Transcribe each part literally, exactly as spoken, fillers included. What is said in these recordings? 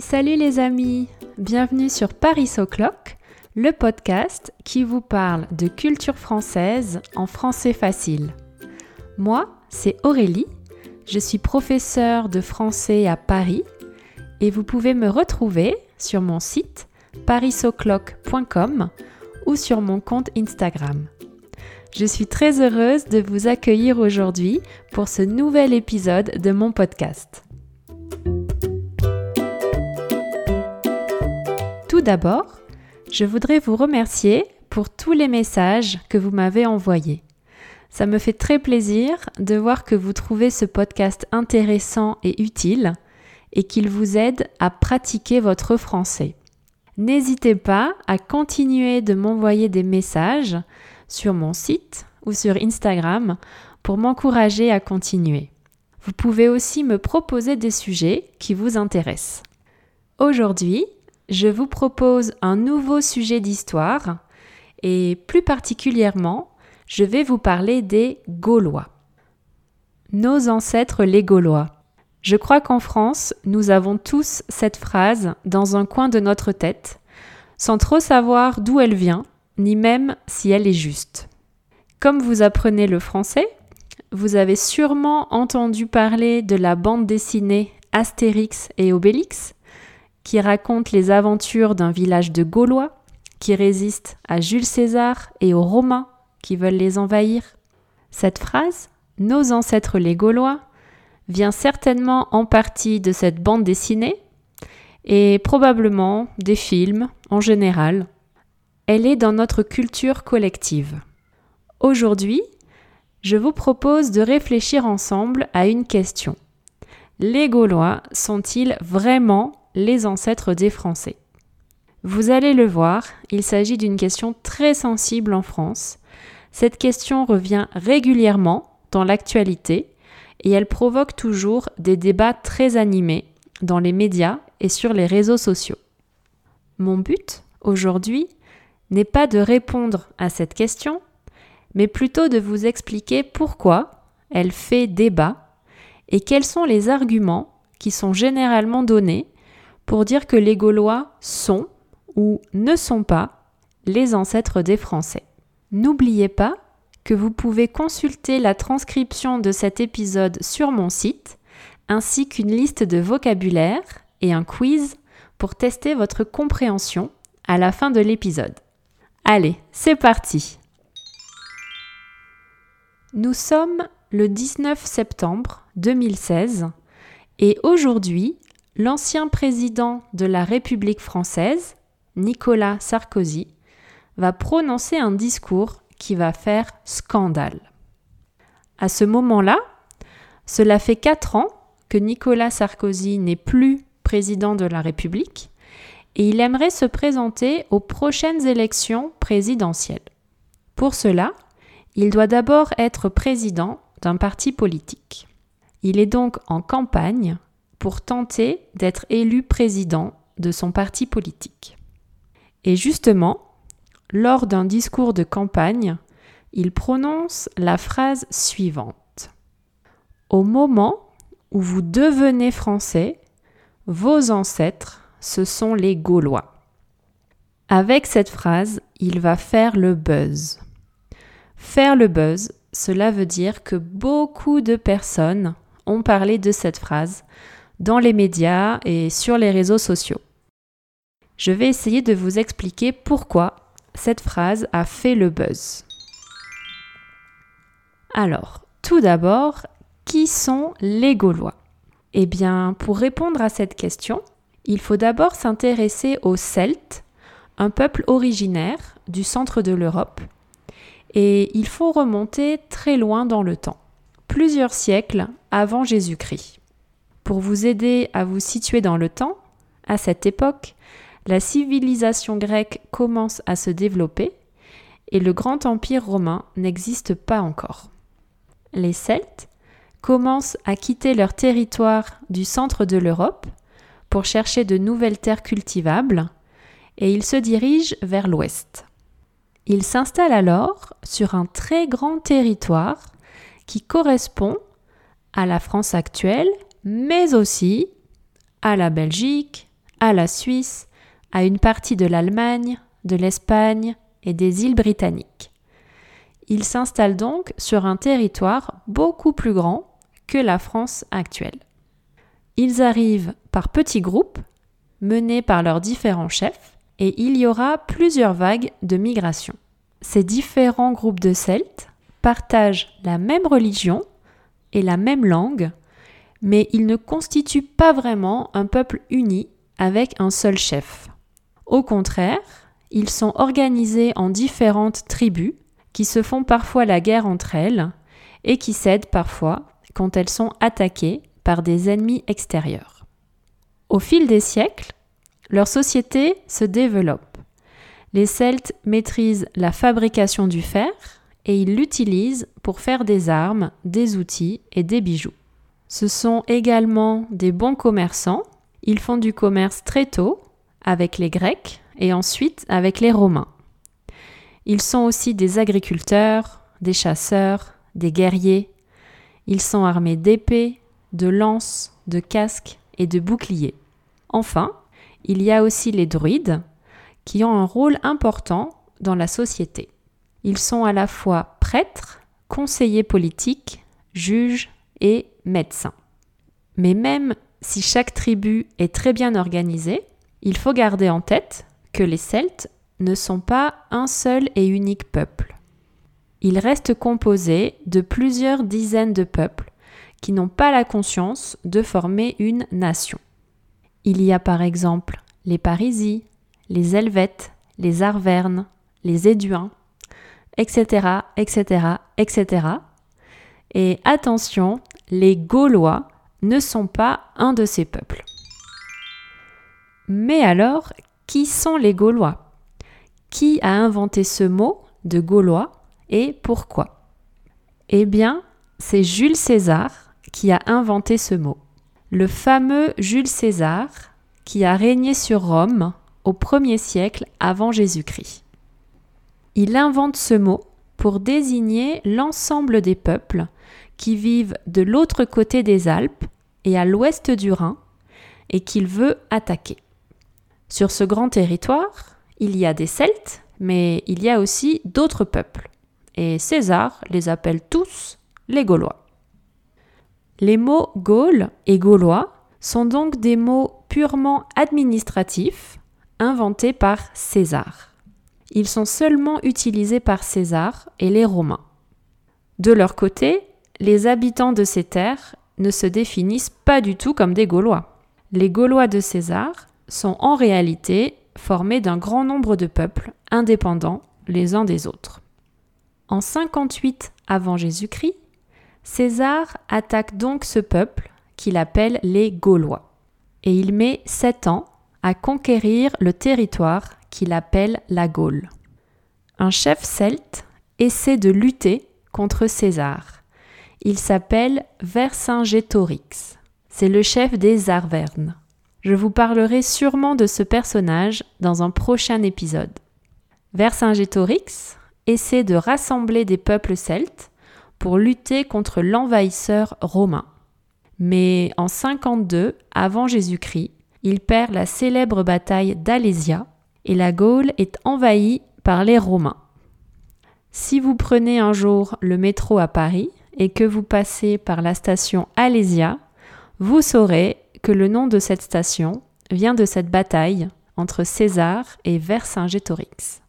Salut les amis, bienvenue sur Paris O'Clock, le podcast qui vous parle de culture française en français facile. Moi, c'est Aurélie, je suis professeure de français à Paris et vous pouvez me retrouver sur mon site paris o'clock point com ou sur mon compte Instagram. Je suis très heureuse de vous accueillir aujourd'hui pour ce nouvel épisode de mon podcast. Tout d'abord, je voudrais vous remercier pour tous les messages que vous m'avez envoyés. Ça me fait très plaisir de voir que vous trouvez ce podcast intéressant et utile et qu'il vous aide à pratiquer votre français. N'hésitez pas à continuer de m'envoyer des messages sur mon site ou sur Instagram pour m'encourager à continuer. Vous pouvez aussi me proposer des sujets qui vous intéressent. Aujourd'hui, je vous propose un nouveau sujet d'histoire et plus particulièrement, je vais vous parler des Gaulois. Nos ancêtres les Gaulois. Je crois qu'en France, nous avons tous cette phrase dans un coin de notre tête, sans trop savoir d'où elle vient, ni même si elle est juste. Comme vous apprenez le français, vous avez sûrement entendu parler de la bande dessinée Astérix et Obélix, qui raconte les aventures d'un village de Gaulois qui résiste à Jules César et aux Romains qui veulent les envahir. Cette phrase, « Nos ancêtres les Gaulois », vient certainement en partie de cette bande dessinée et probablement des films en général. Elle est dans notre culture collective. Aujourd'hui, je vous propose de réfléchir ensemble à une question. Les Gaulois sont-ils vraiment les ancêtres des Français ? Vous allez le voir, il s'agit d'une question très sensible en France. Cette question revient régulièrement dans l'actualité et elle provoque toujours des débats très animés dans les médias et sur les réseaux sociaux. Mon but, aujourd'hui, n'est pas de répondre à cette question, mais plutôt de vous expliquer pourquoi elle fait débat et quels sont les arguments qui sont généralement donnés pour dire que les Gaulois sont ou ne sont pas les ancêtres des Français. N'oubliez pas que vous pouvez consulter la transcription de cet épisode sur mon site, ainsi qu'une liste de vocabulaire et un quiz pour tester votre compréhension à la fin de l'épisode. Allez, c'est parti! Nous sommes le dix-neuf septembre deux mille seize et aujourd'hui, l'ancien président de la République française, Nicolas Sarkozy, va prononcer un discours qui va faire scandale. À ce moment-là, cela fait quatre ans que Nicolas Sarkozy n'est plus président de la République et il aimerait se présenter aux prochaines élections présidentielles. Pour cela, il doit d'abord être président d'un parti politique. Il est donc en campagne pour tenter d'être élu président de son parti politique. Et justement, lors d'un discours de campagne, il prononce la phrase suivante. « Au moment où vous devenez français, vos ancêtres, ce sont les Gaulois. » Avec cette phrase, il va faire le buzz. Faire le buzz, cela veut dire que beaucoup de personnes ont parlé de cette phrase dans les médias et sur les réseaux sociaux. Je vais essayer de vous expliquer pourquoi cette phrase a fait le buzz. Alors, tout d'abord, qui sont les Gaulois ? Eh bien, pour répondre à cette question, il faut d'abord s'intéresser aux Celtes, un peuple originaire du centre de l'Europe, et il faut remonter très loin dans le temps, plusieurs siècles avant Jésus-Christ. Pour vous aider à vous situer dans le temps, à cette époque, la civilisation grecque commence à se développer et le grand empire romain n'existe pas encore. Les Celtes commencent à quitter leur territoire du centre de l'Europe pour chercher de nouvelles terres cultivables et ils se dirigent vers l'ouest. Ils s'installent alors sur un très grand territoire qui correspond à la France actuelle, mais aussi à la Belgique, à la Suisse, à une partie de l'Allemagne, de l'Espagne et des îles britanniques. Ils s'installent donc sur un territoire beaucoup plus grand que la France actuelle. Ils arrivent par petits groupes, menés par leurs différents chefs, et il y aura plusieurs vagues de migration. Ces différents groupes de Celtes partagent la même religion et la même langue, mais ils ne constituent pas vraiment un peuple uni avec un seul chef. Au contraire, ils sont organisés en différentes tribus qui se font parfois la guerre entre elles et qui cèdent parfois quand elles sont attaquées par des ennemis extérieurs. Au fil des siècles, leur société se développe. Les Celtes maîtrisent la fabrication du fer et ils l'utilisent pour faire des armes, des outils et des bijoux. Ce sont également des bons commerçants. Ils font du commerce très tôt avec les Grecs et ensuite avec les Romains. Ils sont aussi des agriculteurs, des chasseurs, des guerriers. Ils sont armés d'épées, de lances, de casques et de boucliers. Enfin, il y a aussi les druides qui ont un rôle important dans la société. Ils sont à la fois prêtres, conseillers politiques, juges et médecins. Mais même si chaque tribu est très bien organisée, il faut garder en tête que les Celtes ne sont pas un seul et unique peuple. Ils restent composés de plusieurs dizaines de peuples qui n'ont pas la conscience de former une nation. Il y a par exemple les Parisii, les Helvètes, les Arvernes, les Éduins, et cetera, et cetera, et cetera. Et attention, les Gaulois ne sont pas un de ces peuples. Mais alors, qui sont les Gaulois ? Qui a inventé ce mot de Gaulois et pourquoi ? Eh bien, c'est Jules César qui a inventé ce mot. Le fameux Jules César qui a régné sur Rome au premier siècle avant Jésus-Christ. Il invente ce mot pour désigner l'ensemble des peuples qui vivent de l'autre côté des Alpes et à l'ouest du Rhin et qu'il veut attaquer. Sur ce grand territoire, il y a des Celtes, mais il y a aussi d'autres peuples. Et César les appelle tous les Gaulois. Les mots Gaule et Gaulois sont donc des mots purement administratifs inventés par César. Ils sont seulement utilisés par César et les Romains. De leur côté, les habitants de ces terres ne se définissent pas du tout comme des Gaulois. Les Gaulois de César sont en réalité formés d'un grand nombre de peuples indépendants les uns des autres. En cinquante-huit avant Jésus-Christ, César attaque donc ce peuple qu'il appelle les Gaulois. Et il met sept ans à conquérir le territoire qu'il appelle la Gaule. Un chef celte essaie de lutter contre César. Il s'appelle Vercingétorix. C'est le chef des Arvernes. Je vous parlerai sûrement de ce personnage dans un prochain épisode. Vercingétorix essaie de rassembler des peuples celtes pour lutter contre l'envahisseur romain. Mais en cinquante-deux avant Jésus-Christ, il perd la célèbre bataille d'Alésia et la Gaule est envahie par les Romains. Si vous prenez un jour le métro à Paris et que vous passez par la station Alésia, vous saurez que le nom de cette station vient de cette bataille entre César et Vercingétorix.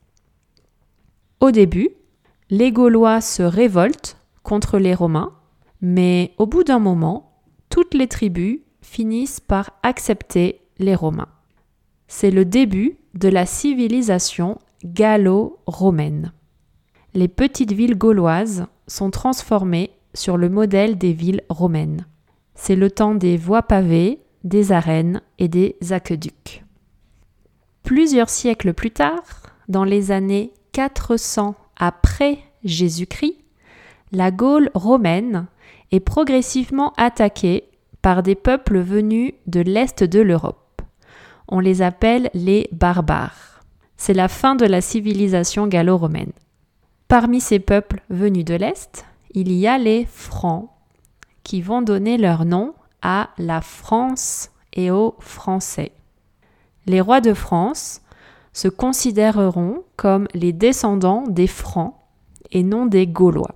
Au début, les Gaulois se révoltent contre les Romains, mais au bout d'un moment, toutes les tribus finissent par accepter les Romains. C'est le début de la civilisation gallo-romaine. Les petites villes gauloises sont transformées sur le modèle des villes romaines. C'est le temps des voies pavées, des arènes et des aqueducs. Plusieurs siècles plus tard, dans les années quatre cents après Jésus-Christ, la Gaule romaine est progressivement attaquée par des peuples venus de l'est de l'Europe. On les appelle les barbares. C'est la fin de la civilisation gallo-romaine. Parmi ces peuples venus de l'est, il y a les Francs, qui vont donner leur nom à la France et aux Français. les rois de France se considéreront comme les descendants des Francs et non des Gaulois.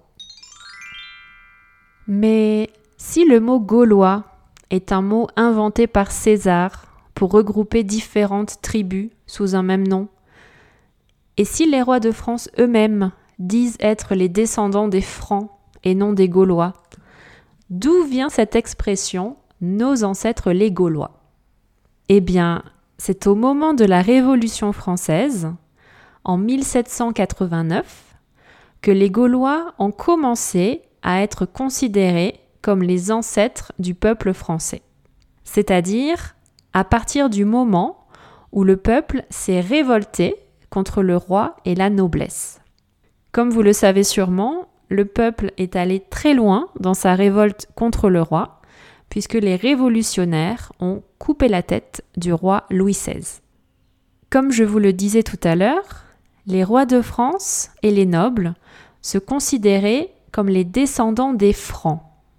Mais si le mot gaulois est un mot inventé par César pour regrouper différentes tribus sous un même nom, et si les rois de France eux-mêmes disent être les descendants des Francs et non des Gaulois, d'où vient cette expression « nos ancêtres les Gaulois » ? Eh bien, c'est au moment de la Révolution française, en mille sept cent quatre-vingt-neuf, que les Gaulois ont commencé à être considérés comme les ancêtres du peuple français. C'est-à-dire à partir du moment où le peuple s'est révolté contre le roi et la noblesse. Comme vous le savez sûrement, le peuple est allé très loin dans sa révolte contre le roi, puisque les révolutionnaires ont coupé la tête du roi Louis seize. Comme je vous le disais tout à l'heure, les rois de France et les nobles se considéraient comme les descendants des Francs.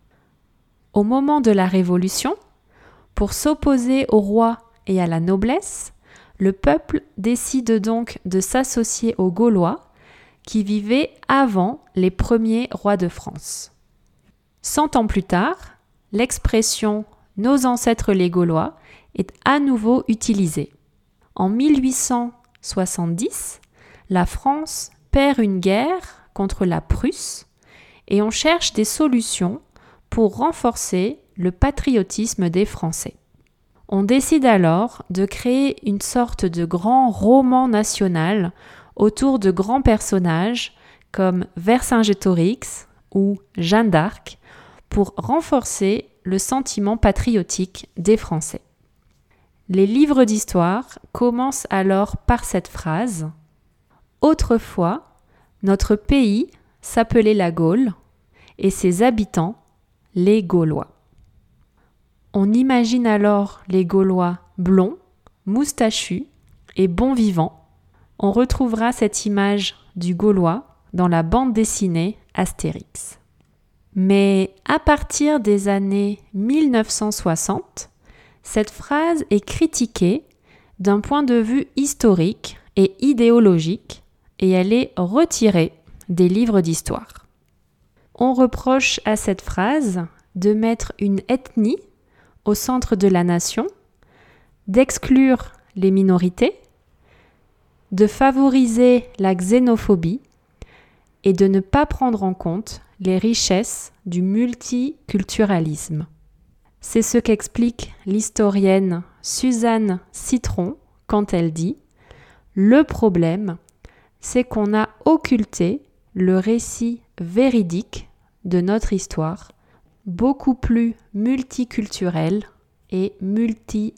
Au moment de la Révolution, pour s'opposer au roi et à la noblesse, le peuple décide donc de s'associer aux Gaulois qui vivaient avant les premiers rois de France. Cent ans plus tard, l'expression « nos ancêtres les Gaulois » est à nouveau utilisée. En mille huit cent soixante-dix, la France perd une guerre contre la Prusse et on cherche des solutions pour renforcer le patriotisme des Français. On décide alors de créer une sorte de grand roman national autour de grands personnages comme Vercingétorix ou Jeanne d'Arc pour renforcer le sentiment patriotique des Français. Les livres d'histoire commencent alors par cette phrase « Autrefois, notre pays s'appelait la Gaule et ses habitants les Gaulois ». On imagine alors les Gaulois blonds, moustachus et bons vivants. On retrouvera cette image du Gaulois dans la bande dessinée Astérix. Mais à partir des années mille neuf cent soixante, cette phrase est critiquée d'un point de vue historique et idéologique et elle est retirée des livres d'histoire. On reproche à cette phrase de mettre une ethnie au centre de la nation, d'exclure les minorités, de favoriser la xénophobie et de ne pas prendre en compte les richesses du multiculturalisme. C'est ce qu'explique l'historienne Suzanne Citron quand elle dit « Le problème, c'est qu'on a occulté le récit véridique de notre histoire, beaucoup plus multiculturel et multiethnique. »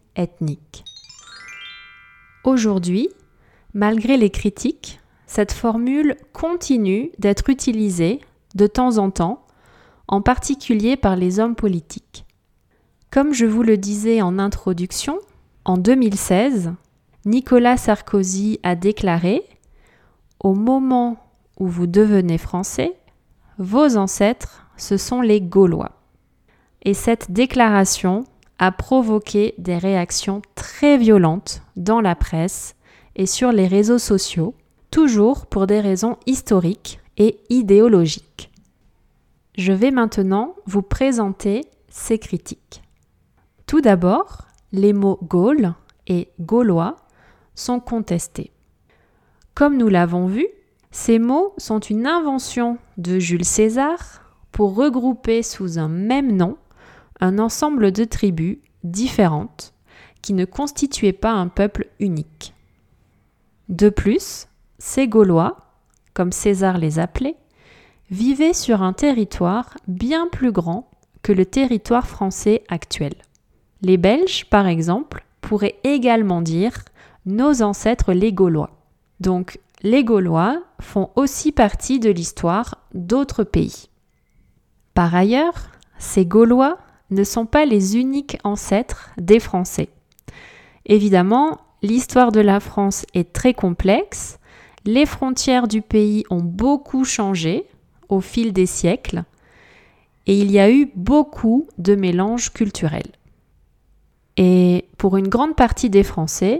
Aujourd'hui, malgré les critiques, cette formule continue d'être utilisée de temps en temps, en particulier par les hommes politiques. Comme je vous le disais en introduction, en deux mille seize, Nicolas Sarkozy a déclaré « Au moment où vous devenez français, vos ancêtres, ce sont les Gaulois ». Et cette déclaration a provoqué des réactions très violentes dans la presse et sur les réseaux sociaux, toujours pour des raisons historiques et idéologiques. Je vais maintenant vous présenter ces critiques. Tout d'abord, les mots Gaule et Gaulois sont contestés. Comme nous l'avons vu, ces mots sont une invention de Jules César pour regrouper sous un même nom un ensemble de tribus différentes qui ne constituaient pas un peuple unique. De plus, ces Gaulois, comme César les appelait, vivaient sur un territoire bien plus grand que le territoire français actuel. Les Belges, par exemple, pourraient également dire « nos ancêtres les Gaulois ». Donc, les Gaulois font aussi partie de l'histoire d'autres pays. Par ailleurs, ces Gaulois ne sont pas les uniques ancêtres des Français. Évidemment, l'histoire de la France est très complexe, les frontières du pays ont beaucoup changé au fil des siècles et il y a eu beaucoup de mélanges culturels. Et pour une grande partie des Français,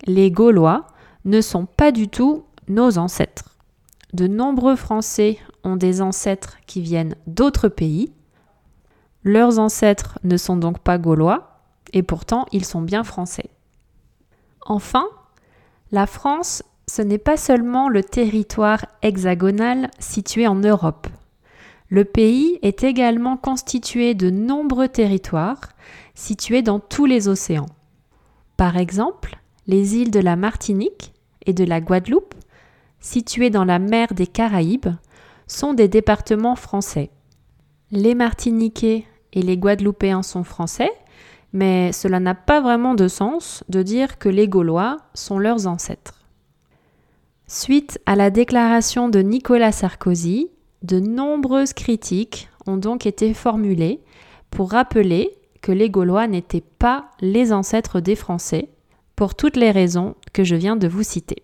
les Gaulois ne sont pas du tout nos ancêtres. De nombreux Français ont des ancêtres qui viennent d'autres pays. Leurs ancêtres ne sont donc pas Gaulois et pourtant ils sont bien Français. Enfin, la France, ce n'est pas seulement le territoire hexagonal situé en Europe. Le pays est également constitué de nombreux territoires situés dans tous les océans. Par exemple, les îles de la Martinique et de la Guadeloupe, situées dans la mer des Caraïbes, sont des départements français. Les Martiniquais et les Guadeloupéens sont français, mais cela n'a pas vraiment de sens de dire que les Gaulois sont leurs ancêtres. Suite à la déclaration de Nicolas Sarkozy, de nombreuses critiques ont donc été formulées pour rappeler que les Gaulois n'étaient pas les ancêtres des Français, pour toutes les raisons que je viens de vous citer.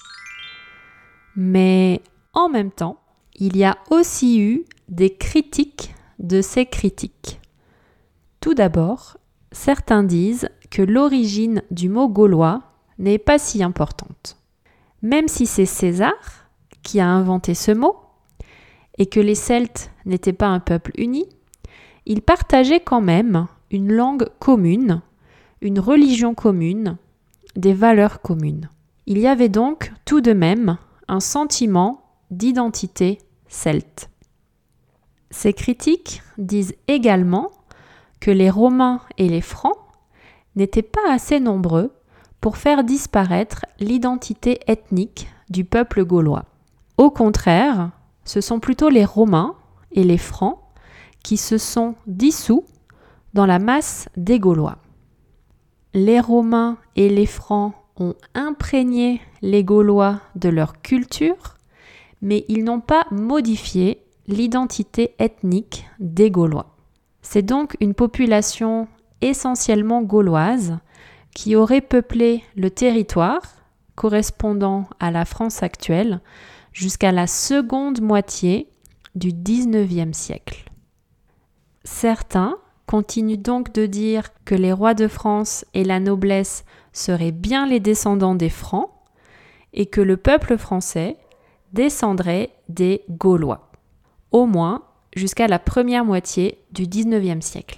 Mais en même temps, il y a aussi eu des critiques de ces critiques. Tout d'abord, certains disent que l'origine du mot gaulois n'est pas si importante. Même si c'est César qui a inventé ce mot, et que les Celtes n'étaient pas un peuple uni, ils partageaient quand même une langue commune, une religion commune, des valeurs communes. Il y avait donc tout de même un sentiment d'identité celte. Ces critiques disent également que les Romains et les Francs n'étaient pas assez nombreux pour faire disparaître l'identité ethnique du peuple gaulois. Au contraire, ce sont plutôt les Romains et les Francs qui se sont dissous dans la masse des Gaulois. Les Romains et les Francs ont imprégné les Gaulois de leur culture, mais ils n'ont pas modifié l'identité ethnique des Gaulois. C'est donc une population essentiellement gauloise qui aurait peuplé le territoire correspondant à la France actuelle jusqu'à la seconde moitié du dix-neuvième siècle. Certains continuent donc de dire que les rois de France et la noblesse seraient bien les descendants des Francs et que le peuple français descendrait des Gaulois, au moins jusqu'à la première moitié du dix-neuvième siècle.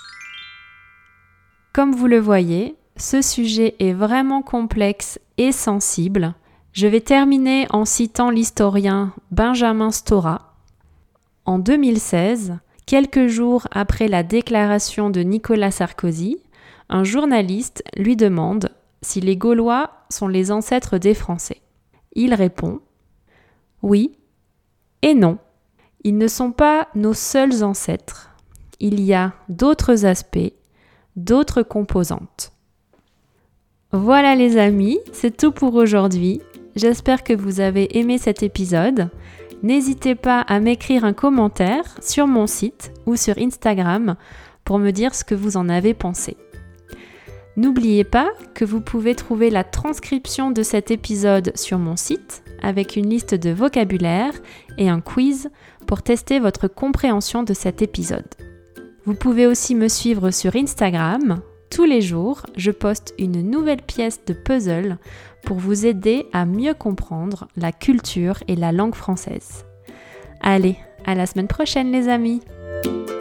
Comme vous le voyez, ce sujet est vraiment complexe et sensible. Je vais terminer en citant l'historien Benjamin Stora. En deux mille seize, quelques jours après la déclaration de Nicolas Sarkozy, un journaliste lui demande si les Gaulois sont les ancêtres des Français. Il répond « Oui et non. Ils ne sont pas nos seuls ancêtres. Il y a d'autres aspects, d'autres composantes. » Voilà les amis, c'est tout pour aujourd'hui. J'espère que vous avez aimé cet épisode. N'hésitez pas à m'écrire un commentaire sur mon site ou sur Instagram pour me dire ce que vous en avez pensé. N'oubliez pas que vous pouvez trouver la transcription de cet épisode sur mon site avec une liste de vocabulaire et un quiz pour tester votre compréhension de cet épisode. Vous pouvez aussi me suivre sur Instagram. Tous les jours, je poste une nouvelle pièce de puzzle pour vous aider à mieux comprendre la culture et la langue française. Allez, à la semaine prochaine les amis!